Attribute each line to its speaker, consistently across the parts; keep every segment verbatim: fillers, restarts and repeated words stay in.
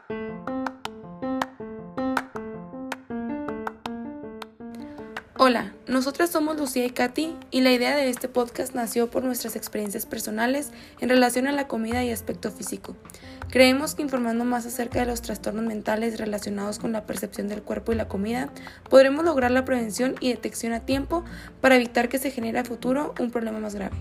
Speaker 1: Hola, nosotras somos Lucía y Katy y la idea de este podcast nació por nuestras experiencias personales en relación a la comida y aspecto físico. Creemos que informando más acerca de los trastornos mentales relacionados con la percepción del cuerpo y la comida, podremos lograr la prevención y detección a tiempo para evitar que se genere a futuro un problema más grave.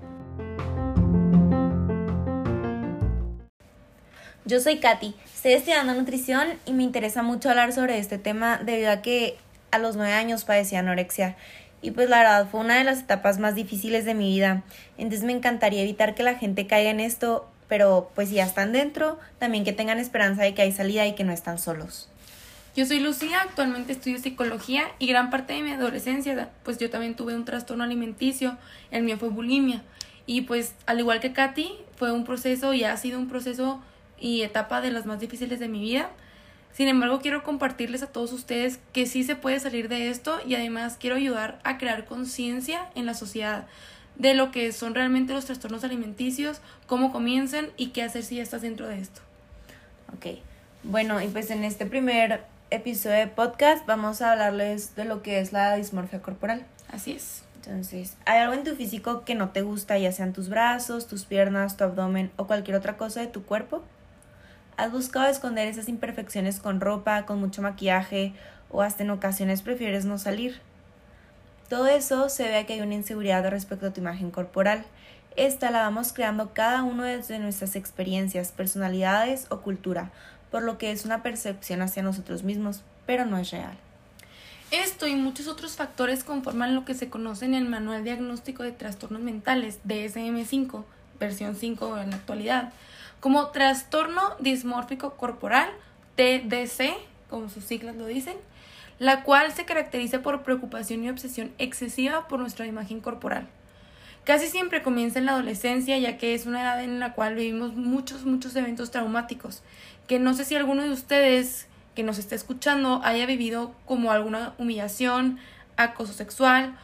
Speaker 2: Yo soy Katy, estoy estudiando nutrición y me interesa mucho hablar sobre este tema debido a que a los nueve años padecí anorexia y pues la verdad fue una de las etapas más difíciles de mi vida. Entonces me encantaría evitar que la gente caiga en esto, pero pues si ya están dentro, también que tengan esperanza de que hay salida y que no están solos.
Speaker 1: Yo soy Lucía, actualmente estudio psicología y gran parte de mi adolescencia, pues yo también tuve un trastorno alimenticio, el mío fue bulimia. Y pues al igual que Katy, fue un proceso y ha sido un proceso y etapa de las más difíciles de mi vida. Sin embargo, quiero compartirles a todos ustedes que sí se puede salir de esto y además quiero ayudar a crear conciencia en la sociedad de lo que son realmente los trastornos alimenticios, cómo comienzan y qué hacer si ya estás dentro de esto.
Speaker 2: Ok, bueno, y pues en este primer episodio de podcast vamos a hablarles de lo que es la dismorfia corporal.
Speaker 1: Así es.
Speaker 2: Entonces, ¿hay algo en tu físico que no te gusta, ya sean tus brazos, tus piernas, tu abdomen o cualquier otra cosa de tu cuerpo? ¿Has buscado esconder esas imperfecciones con ropa, con mucho maquillaje o hasta en ocasiones prefieres no salir? Todo eso se ve a que hay una inseguridad respecto a tu imagen corporal. Esta la vamos creando cada uno desde nuestras experiencias, personalidades o cultura, por lo que es una percepción hacia nosotros mismos, pero no es real.
Speaker 1: Esto y muchos otros factores conforman lo que se conoce en el Manual Diagnóstico de Trastornos Mentales, D S M cinco, versión cinco en la actualidad, como trastorno dismórfico corporal, T D C, como sus siglas lo dicen, la cual se caracteriza por preocupación y obsesión excesiva por nuestra imagen corporal. Casi siempre comienza en la adolescencia, ya que es una edad en la cual vivimos muchos, muchos eventos traumáticos, que no sé si alguno de ustedes que nos esté escuchando haya vivido como alguna humillación, acoso sexual,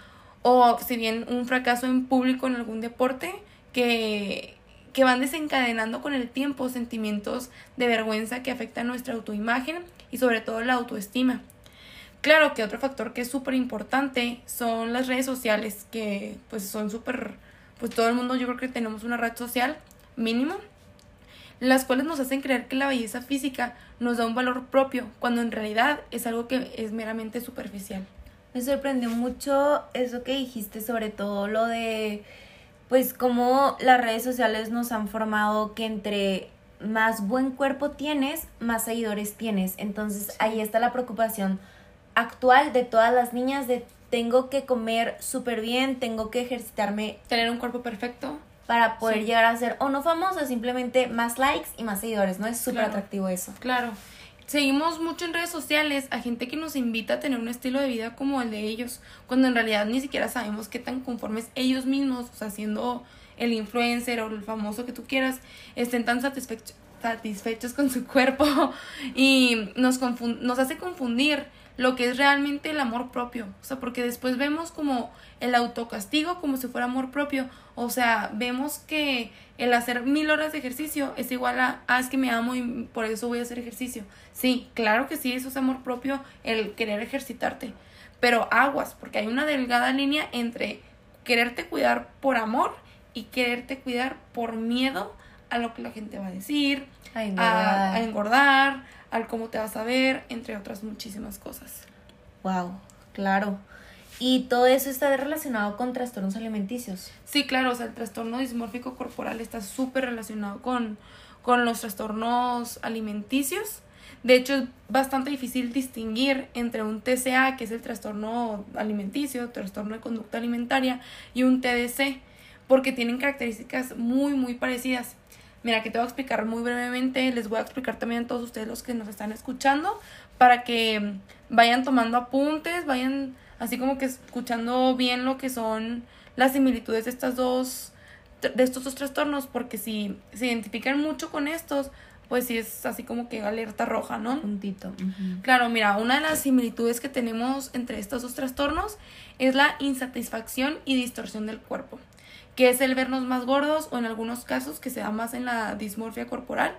Speaker 1: o si bien un fracaso en público en algún deporte, que... que van desencadenando con el tiempo sentimientos de vergüenza que afectan nuestra autoimagen y sobre todo la autoestima. Claro que otro factor que es súper importante son las redes sociales, que pues son súper, pues todo el mundo yo creo que tenemos una red social mínimo, las cuales nos hacen creer que la belleza física nos da un valor propio, cuando en realidad es algo que es meramente superficial.
Speaker 2: Me sorprendió mucho eso que dijiste, sobre todo lo de pues como las redes sociales nos han formado que entre más buen cuerpo tienes, más seguidores tienes. Entonces sí, ahí está la preocupación actual de todas las niñas de tengo que comer súper bien, tengo que ejercitarme.
Speaker 1: Tener un cuerpo perfecto.
Speaker 2: Para poder
Speaker 1: sí.
Speaker 2: llegar a ser o no famosa, simplemente más likes y más seguidores, ¿no? Es súper
Speaker 1: claro,
Speaker 2: atractivo eso.
Speaker 1: Claro. Seguimos mucho en redes sociales a gente que nos invita a tener un estilo de vida como el de ellos, cuando en realidad ni siquiera sabemos qué tan conformes ellos mismos, o sea, siendo el influencer o el famoso que tú quieras, estén tan satisfechos, satisfechos con su cuerpo y nos, confund- nos hace confundir lo que es realmente el amor propio, o sea, porque después vemos como el autocastigo como si fuera amor propio, o sea, vemos que el hacer mil horas de ejercicio es igual a, ah, es que me amo y por eso voy a hacer ejercicio. Sí, claro que sí, eso es amor propio, el querer ejercitarte, pero aguas, porque hay una delgada línea entre quererte cuidar por amor y quererte cuidar por miedo a lo que la gente va a decir,
Speaker 2: a engordar,
Speaker 1: a, a engordar, al cómo te vas a ver, entre otras muchísimas cosas.
Speaker 2: Wow, claro. ¿Y todo eso está relacionado con trastornos alimenticios?
Speaker 1: Sí, claro, o sea, el trastorno dismórfico corporal está súper relacionado con, con los trastornos alimenticios. De hecho, es bastante difícil distinguir entre un T C A, que es el trastorno alimenticio, trastorno de conducta alimentaria, y un T D C, porque tienen características muy, muy parecidas. Mira, que te voy a explicar muy brevemente, les voy a explicar también a todos ustedes los que nos están escuchando, para que vayan tomando apuntes, vayan así como que escuchando bien lo que son las similitudes de estas dos, de estos dos trastornos, porque si se identifican mucho con estos, pues sí es así como que alerta roja, ¿no?
Speaker 2: Puntito. Uh-huh.
Speaker 1: Claro, mira, una de las similitudes que tenemos entre estos dos trastornos es la insatisfacción y distorsión del cuerpo, que es el vernos más gordos o en algunos casos que se da más en la dismorfia corporal,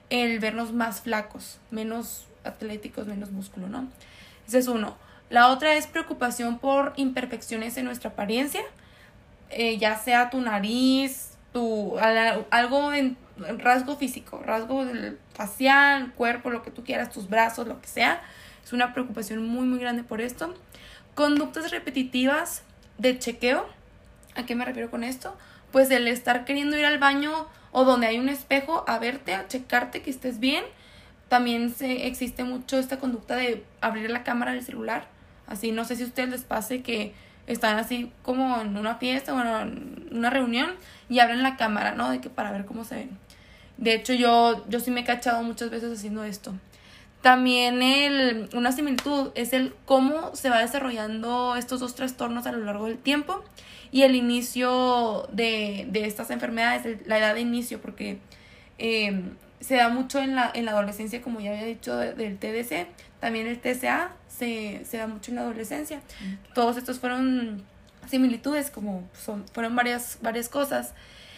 Speaker 1: el vernos más flacos, menos atléticos, menos músculo, ¿no? Ese es uno. La otra es preocupación por imperfecciones en nuestra apariencia, eh, ya sea tu nariz, tu, algo en rasgo físico, rasgo del facial, cuerpo, lo que tú quieras, tus brazos, lo que sea. Es una preocupación muy, muy grande por esto. Conductas repetitivas de chequeo. ¿A qué me refiero con esto? Pues el estar queriendo ir al baño o donde hay un espejo a verte, a checarte que estés bien. También se, existe mucho esta conducta de abrir la cámara del celular. Así, no sé si a ustedes les pase que están así como en una fiesta o en una reunión y abren la cámara, ¿no? De que para ver cómo se ven. De hecho, yo, yo sí me he cachado muchas veces haciendo esto. También el, una similitud es el cómo se va desarrollando estos dos trastornos a lo largo del tiempo y el inicio de, de estas enfermedades, la edad de inicio, porque eh, se da mucho en la, en la adolescencia, como ya había dicho, de, del T D C. También el T C A se, se da mucho en la adolescencia. Okay. Todos estos fueron similitudes, como son, fueron varias, varias cosas.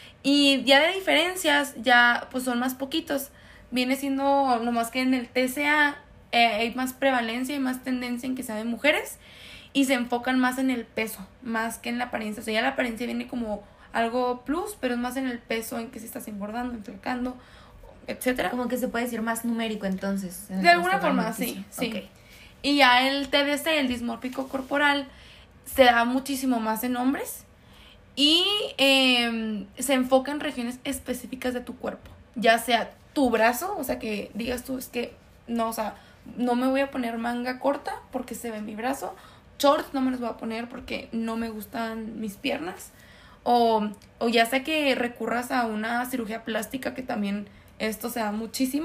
Speaker 1: Y ya de diferencias, ya pues son más poquitos. Viene siendo nomás que en el T C A eh, hay más prevalencia y más tendencia en que sea de mujeres y se enfocan más en el peso, más que en la apariencia. O sea, ya la apariencia viene como algo plus, pero es más en el peso, en que se estás engordando, enflacando, etcétera.
Speaker 2: Como que se puede decir más numérico entonces.
Speaker 1: De alguna forma, sí, sí. Okay. Y ya el T D C, el dismórfico corporal, se da muchísimo más en hombres y eh, se enfoca en regiones específicas de tu cuerpo, ya sea tu brazo, o sea, que digas tú, es que no, o sea, no me voy a poner manga corta porque se ve mi brazo, shorts no me los voy a poner porque no me gustan mis piernas, o, o ya sea que recurras a una cirugía plástica, que también esto se da muchísimo.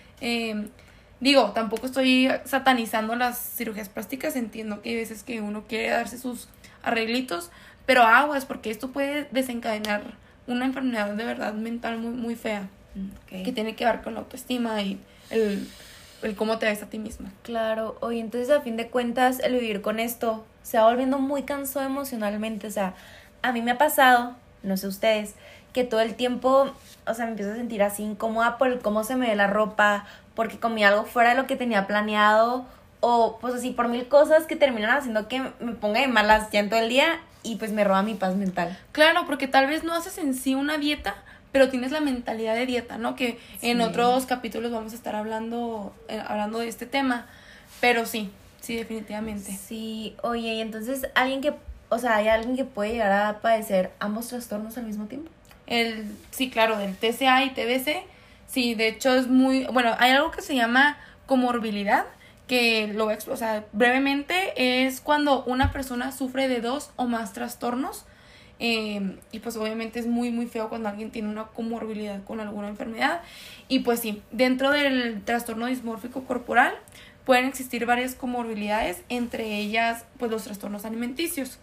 Speaker 1: Eh, digo, tampoco estoy satanizando las cirugías plásticas, entiendo que hay veces que uno quiere darse sus arreglitos, pero aguas, porque esto puede desencadenar una enfermedad de verdad mental muy, muy fea. Okay. Que tiene que ver con la autoestima y el, el cómo te ves a ti misma.
Speaker 2: Claro, oye, entonces a fin de cuentas el vivir con esto se va volviendo muy cansado emocionalmente. O sea, a mí me ha pasado, no sé ustedes, que todo el tiempo, o sea, me empiezo a sentir así incómoda por el cómo se me ve la ropa, porque comí algo fuera de lo que tenía planeado, o pues así por mil cosas que terminan haciendo que me ponga de malas ya en todo el día y pues me roba mi paz mental.
Speaker 1: Claro, porque tal vez no haces en sí una dieta, pero tienes la mentalidad de dieta, ¿no? Que sí. En otros capítulos vamos a estar hablando, eh, hablando de este tema, pero sí, sí, definitivamente.
Speaker 2: Sí, oye, y entonces alguien que, o sea, ¿hay alguien que puede llegar a padecer ambos trastornos al mismo tiempo?
Speaker 1: El, sí, claro, del T C A y T B C, sí, de hecho es muy, bueno, hay algo que se llama comorbilidad, que lo voy a explicar, o sea, brevemente es cuando una persona sufre de dos o más trastornos. Eh, y pues obviamente es muy muy feo cuando alguien tiene una comorbilidad con alguna enfermedad. Y pues sí, dentro del trastorno dismórfico corporal pueden existir varias comorbilidades, entre ellas pues los trastornos alimenticios.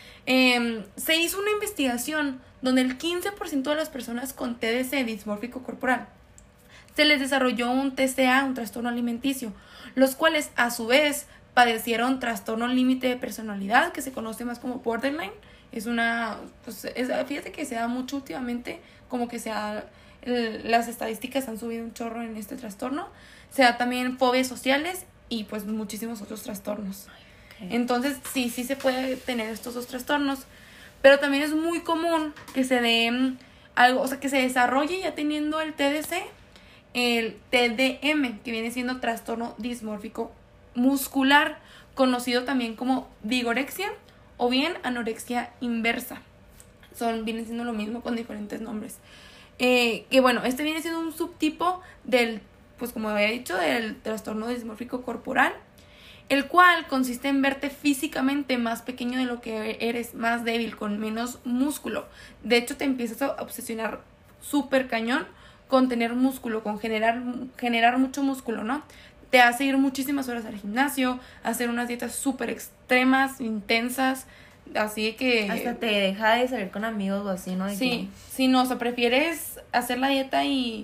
Speaker 1: Eh, se hizo una investigación donde el quince por ciento de las personas con T D C, dismórfico corporal, se les desarrolló un T C A, un trastorno alimenticio, los cuales a su vez padecieron trastorno límite de personalidad, que se conoce más como borderline. Es una, pues, es, fíjate que se da mucho últimamente, como que se da, el, las estadísticas han subido un chorro en este trastorno. Se da también fobias sociales y pues muchísimos otros trastornos. Okay. Entonces, sí, sí se puede tener estos dos trastornos, pero también es muy común que se dé algo, o sea, que se desarrolle ya teniendo el T D C, el T D M, que viene siendo trastorno dismórfico muscular, conocido también como vigorexia, o bien anorexia inversa. Son, vienen siendo lo mismo con diferentes nombres. Eh, que bueno, este viene siendo un subtipo del, pues como había dicho, del trastorno dismórfico corporal, el cual consiste en verte físicamente más pequeño de lo que eres, más débil, con menos músculo. De hecho, te empiezas a obsesionar súper cañón con tener músculo, con generar, generar mucho músculo, ¿no? Te hace ir muchísimas horas al gimnasio, hacer unas dietas súper extremas, intensas, así que...
Speaker 2: Hasta te deja de salir con amigos o así, ¿no? De
Speaker 1: sí,
Speaker 2: que...
Speaker 1: sí, no, o sea, prefieres hacer la dieta y,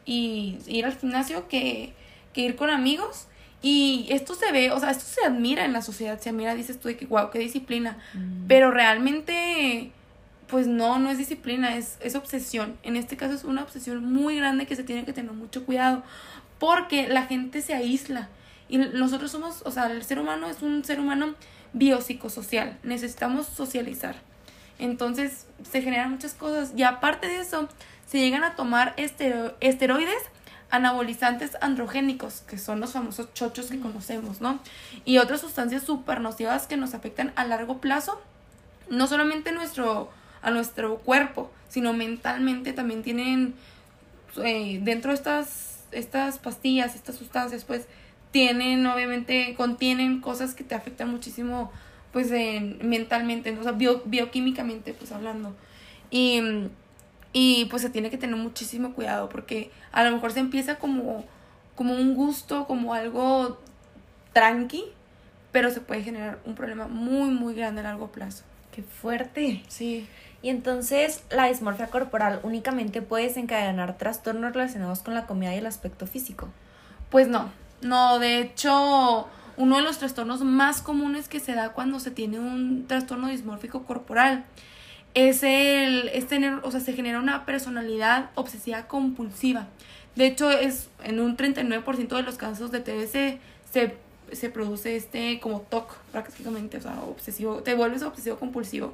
Speaker 1: y ir al gimnasio que, que ir con amigos. Y esto se ve, o sea, esto se admira en la sociedad, se admira, dices tú, de que wow, qué disciplina. Mm. Pero realmente, Pues no, no es disciplina, es, es obsesión. En este caso es una obsesión muy grande que se tiene que tener mucho cuidado, porque la gente se aísla. Y nosotros somos, o sea, el ser humano es un ser humano biopsicosocial. Necesitamos socializar. Entonces se generan muchas cosas. Y aparte de eso, se llegan a tomar estero- esteroides anabolizantes androgénicos, que son los famosos chochos que conocemos, ¿no? Y otras sustancias súper nocivas que nos afectan a largo plazo. No solamente nuestro, a nuestro cuerpo, sino mentalmente también tienen, eh, dentro de estas, estas pastillas, estas sustancias, pues, tienen, obviamente, contienen cosas que te afectan muchísimo, pues, eh, mentalmente, ¿no? O sea, bio, bioquímicamente, pues, hablando. Y, y, pues, se tiene que tener muchísimo cuidado, porque a lo mejor se empieza como, como un gusto, como algo tranqui, pero se puede generar un problema muy, muy grande a largo plazo.
Speaker 2: ¡Qué fuerte!
Speaker 1: Sí.
Speaker 2: Y entonces, ¿la dismorfia corporal únicamente puede desencadenar trastornos relacionados con la comida y el aspecto físico?
Speaker 1: Pues no, no, de hecho, uno de los trastornos más comunes que se da cuando se tiene un trastorno dismórfico corporal es el, es tener, o sea, se genera una personalidad obsesiva compulsiva. De hecho, es en un treinta y nueve por ciento de los casos de T D C se, se produce este como T O C prácticamente, o sea, obsesivo, te vuelves obsesivo compulsivo.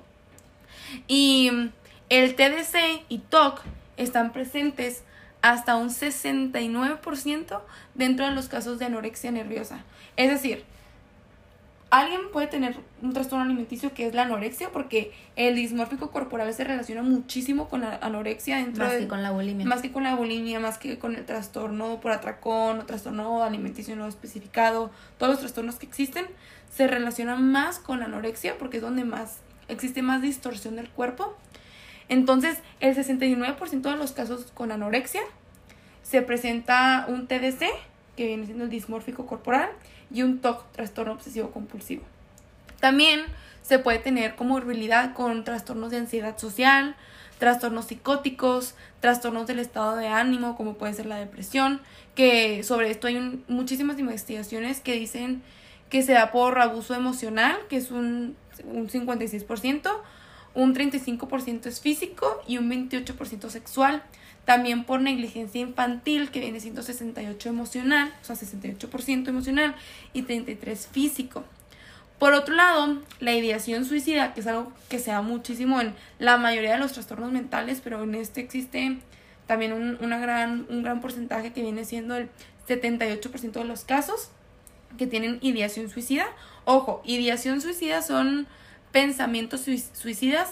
Speaker 1: Y el T D C y T O C están presentes hasta un sesenta y nueve por ciento dentro de los casos de anorexia nerviosa. Es decir, alguien puede tener un trastorno alimenticio que es la anorexia, porque el dismórfico corporal se relaciona muchísimo con la anorexia dentro
Speaker 2: Más
Speaker 1: de,
Speaker 2: que con la bulimia.
Speaker 1: Más que con la bulimia, más que con el trastorno por atracón o trastorno alimenticio no especificado. Todos los trastornos que existen se relacionan más con la anorexia porque es donde más existe más distorsión del cuerpo. Entonces, el sesenta y nueve por ciento de los casos con anorexia se presenta un T D C, que viene siendo el dismórfico corporal, y un T O C, trastorno obsesivo compulsivo. También se puede tener comorbilidad con trastornos de ansiedad social, trastornos psicóticos, trastornos del estado de ánimo, como puede ser la depresión, que sobre esto hay un, muchísimas investigaciones que dicen que se da por abuso emocional, que es un, un cincuenta y seis por ciento, un treinta y cinco por ciento es físico y un veintiocho por ciento sexual. También por negligencia infantil, que viene siendo sesenta y ocho por ciento emocional, o sea, sesenta y ocho por ciento emocional y treinta y tres por ciento físico. Por otro lado, la ideación suicida, que es algo que se da muchísimo en la mayoría de los trastornos mentales, pero en este existe también un, una gran, un gran porcentaje que viene siendo el setenta y ocho por ciento de los casos que tienen ideación suicida. Ojo, ideación suicida son pensamientos suicidas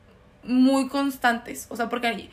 Speaker 1: muy constantes, o sea, porque hay...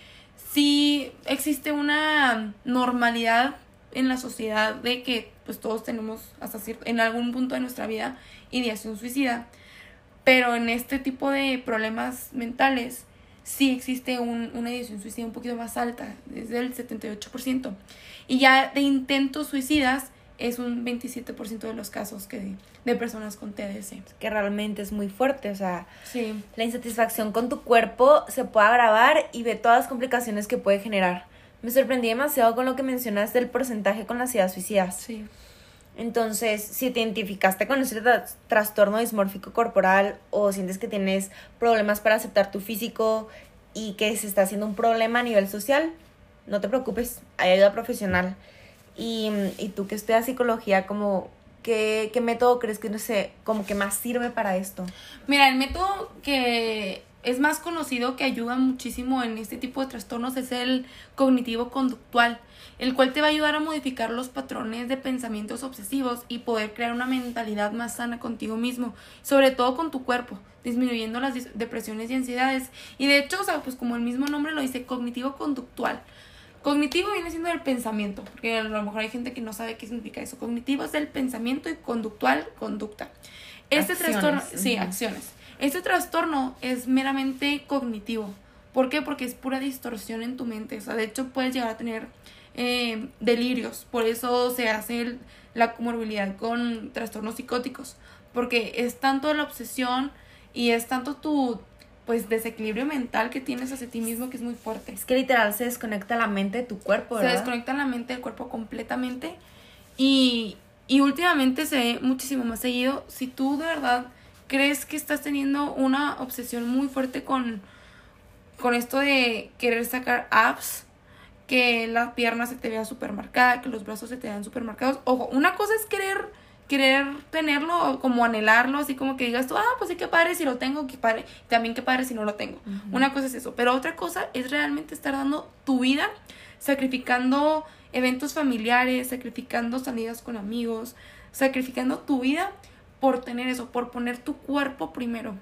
Speaker 1: Sí existe una normalidad en la sociedad de que pues todos tenemos hasta cierto, en algún punto de nuestra vida ideación suicida, pero en este tipo de problemas mentales sí existe un, una ideación suicida un poquito más alta, es del setenta y ocho por ciento, y ya de intentos suicidas es un veintisiete por ciento de los casos que de, de personas con T D C.
Speaker 2: Que realmente es muy fuerte, o sea,
Speaker 1: sí.
Speaker 2: La insatisfacción con tu cuerpo se puede agravar y ve todas las complicaciones que puede generar. Me sorprendí demasiado con lo que mencionaste del porcentaje con las ideas suicidas.
Speaker 1: Sí.
Speaker 2: Entonces, si te identificaste con ese tra- trastorno dismórfico corporal o sientes que tienes problemas para aceptar tu físico y que se está haciendo un problema a nivel social, no te preocupes, hay ayuda profesional. Y, y tú que estudias psicología, como, ¿qué, qué método crees que, no sé, como que más sirve para esto?
Speaker 1: Mira, el método que es más conocido, que ayuda muchísimo en este tipo de trastornos, es el cognitivo-conductual, el cual te va a ayudar a modificar los patrones de pensamientos obsesivos y poder crear una mentalidad más sana contigo mismo, sobre todo con tu cuerpo, disminuyendo las depresiones y ansiedades. Y de hecho, o sea, pues como el mismo nombre lo dice, cognitivo-conductual. Cognitivo viene siendo el pensamiento, porque a lo mejor hay gente que no sabe qué significa eso. Cognitivo es el pensamiento y conductual, conducta. Este
Speaker 2: Acciones.
Speaker 1: trastorno, sí,
Speaker 2: Uh-huh.
Speaker 1: acciones. Este trastorno es meramente cognitivo. ¿Por qué? Porque es pura distorsión en tu mente. O sea, de hecho puedes llegar a tener eh, delirios. Por eso se hace el, la comorbilidad con trastornos psicóticos. Porque es tanto la obsesión y es tanto tu... pues desequilibrio mental que tienes hacia ti mismo que es muy fuerte.
Speaker 2: Es que literal se desconecta la mente de tu cuerpo, ¿verdad?
Speaker 1: Se desconecta la mente del cuerpo completamente y, y últimamente se ve muchísimo más seguido. Si tú de verdad crees que estás teniendo una obsesión muy fuerte con, con esto de querer sacar abs, que la pierna se te vea súper marcada, que los brazos se te vean súper marcados. Ojo, una cosa es querer, querer tenerlo, como anhelarlo, así como que digas tú, ah, pues sí, qué padre si lo tengo, qué padre, también qué padre si no lo tengo. Uh-huh. Una cosa es eso, pero otra cosa es realmente estar dando tu vida, sacrificando eventos familiares, sacrificando salidas con amigos, sacrificando tu vida por tener eso, por poner tu cuerpo primero.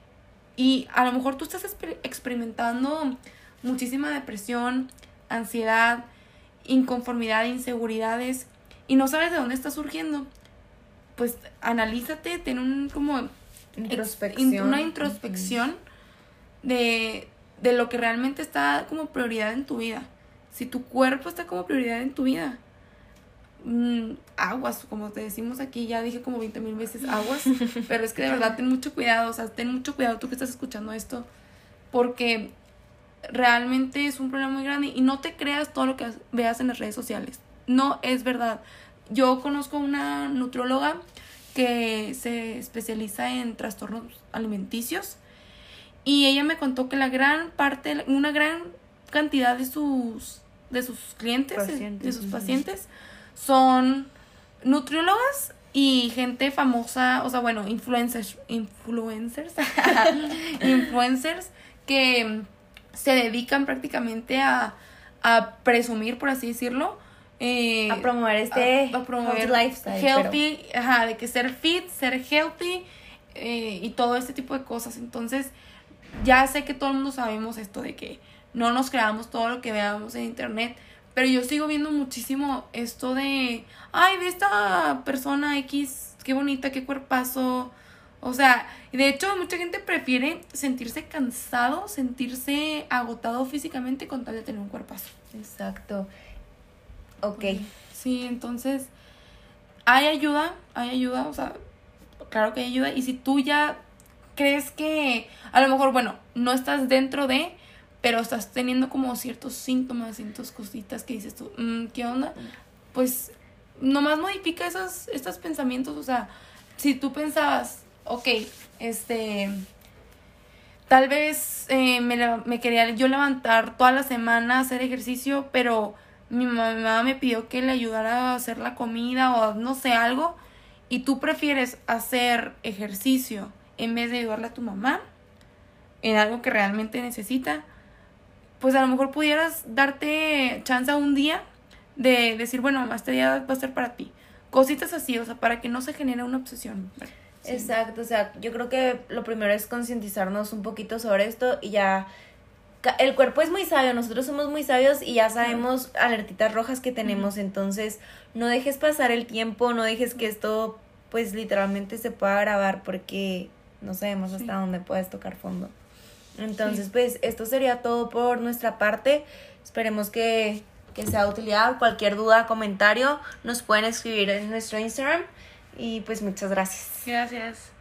Speaker 1: Y a lo mejor tú estás exper- experimentando muchísima depresión, ansiedad, inconformidad, inseguridades y no sabes de dónde está surgiendo. Pues analízate, ten un como
Speaker 2: introspección,
Speaker 1: ex, una introspección uh-huh. de, de lo que realmente está como prioridad en tu vida. Si tu cuerpo está como prioridad en tu vida, mmm, aguas, como te decimos aquí, ya dije como veinte mil veces aguas, pero es que de verdad ten mucho cuidado, o sea, ten mucho cuidado tú que estás escuchando esto, porque realmente es un problema muy grande y no te creas todo lo que veas en las redes sociales. No es verdad. Yo conozco una nutrióloga que se especializa en trastornos alimenticios y ella me contó que la gran parte, una gran cantidad de sus de sus clientes, pacientes. de sus pacientes son nutriólogas y gente famosa, o sea, bueno, influencers, influencers, influencers que se dedican prácticamente a, a presumir, por así decirlo, eh,
Speaker 2: a promover este
Speaker 1: a, a promover
Speaker 2: lifestyle,
Speaker 1: healthy, pero... ajá, de que ser fit, ser healthy eh, y todo este tipo de cosas. Entonces, ya sé que todo el mundo sabemos esto de que no nos creamos todo lo que veamos en internet, pero yo sigo viendo muchísimo esto de, ay, de esta persona X, qué bonita, qué cuerpazo. O sea, de hecho, mucha gente prefiere sentirse cansado, sentirse agotado físicamente con tal de tener un cuerpazo.
Speaker 2: Exacto. Ok.
Speaker 1: Sí, entonces, hay ayuda, hay ayuda, o sea, claro que hay ayuda. Y si tú ya crees que, a lo mejor, bueno, no estás dentro de, pero estás teniendo como ciertos síntomas, ciertas cositas que dices tú, mmm, ¿qué onda? Pues, nomás modifica esos, estos pensamientos, o sea, si tú pensabas, ok, este, tal vez eh, me, me quería yo levantar toda la semana a hacer ejercicio, pero mi mamá me pidió que le ayudara a hacer la comida o no sé, algo, y tú prefieres hacer ejercicio en vez de ayudarle a tu mamá en algo que realmente necesita, pues a lo mejor pudieras darte chance a un día de decir, bueno, mamá, este día va a ser para ti. Cositas así, o sea, para que no se genere una obsesión.
Speaker 2: Sí. Exacto, o sea, yo creo que lo primero es concientizarnos un poquito sobre esto y ya, el cuerpo es muy sabio, nosotros somos muy sabios y ya sabemos uh-huh. alertitas rojas que tenemos, uh-huh. entonces no dejes pasar el tiempo, no dejes que esto pues literalmente se pueda agravar porque no sabemos hasta sí. dónde puedes tocar fondo. Entonces, sí. pues, esto sería todo por nuestra parte. Esperemos que, que sea de utilidad. Cualquier duda, comentario, nos pueden escribir en nuestro Instagram. Y pues, muchas gracias.
Speaker 1: Gracias.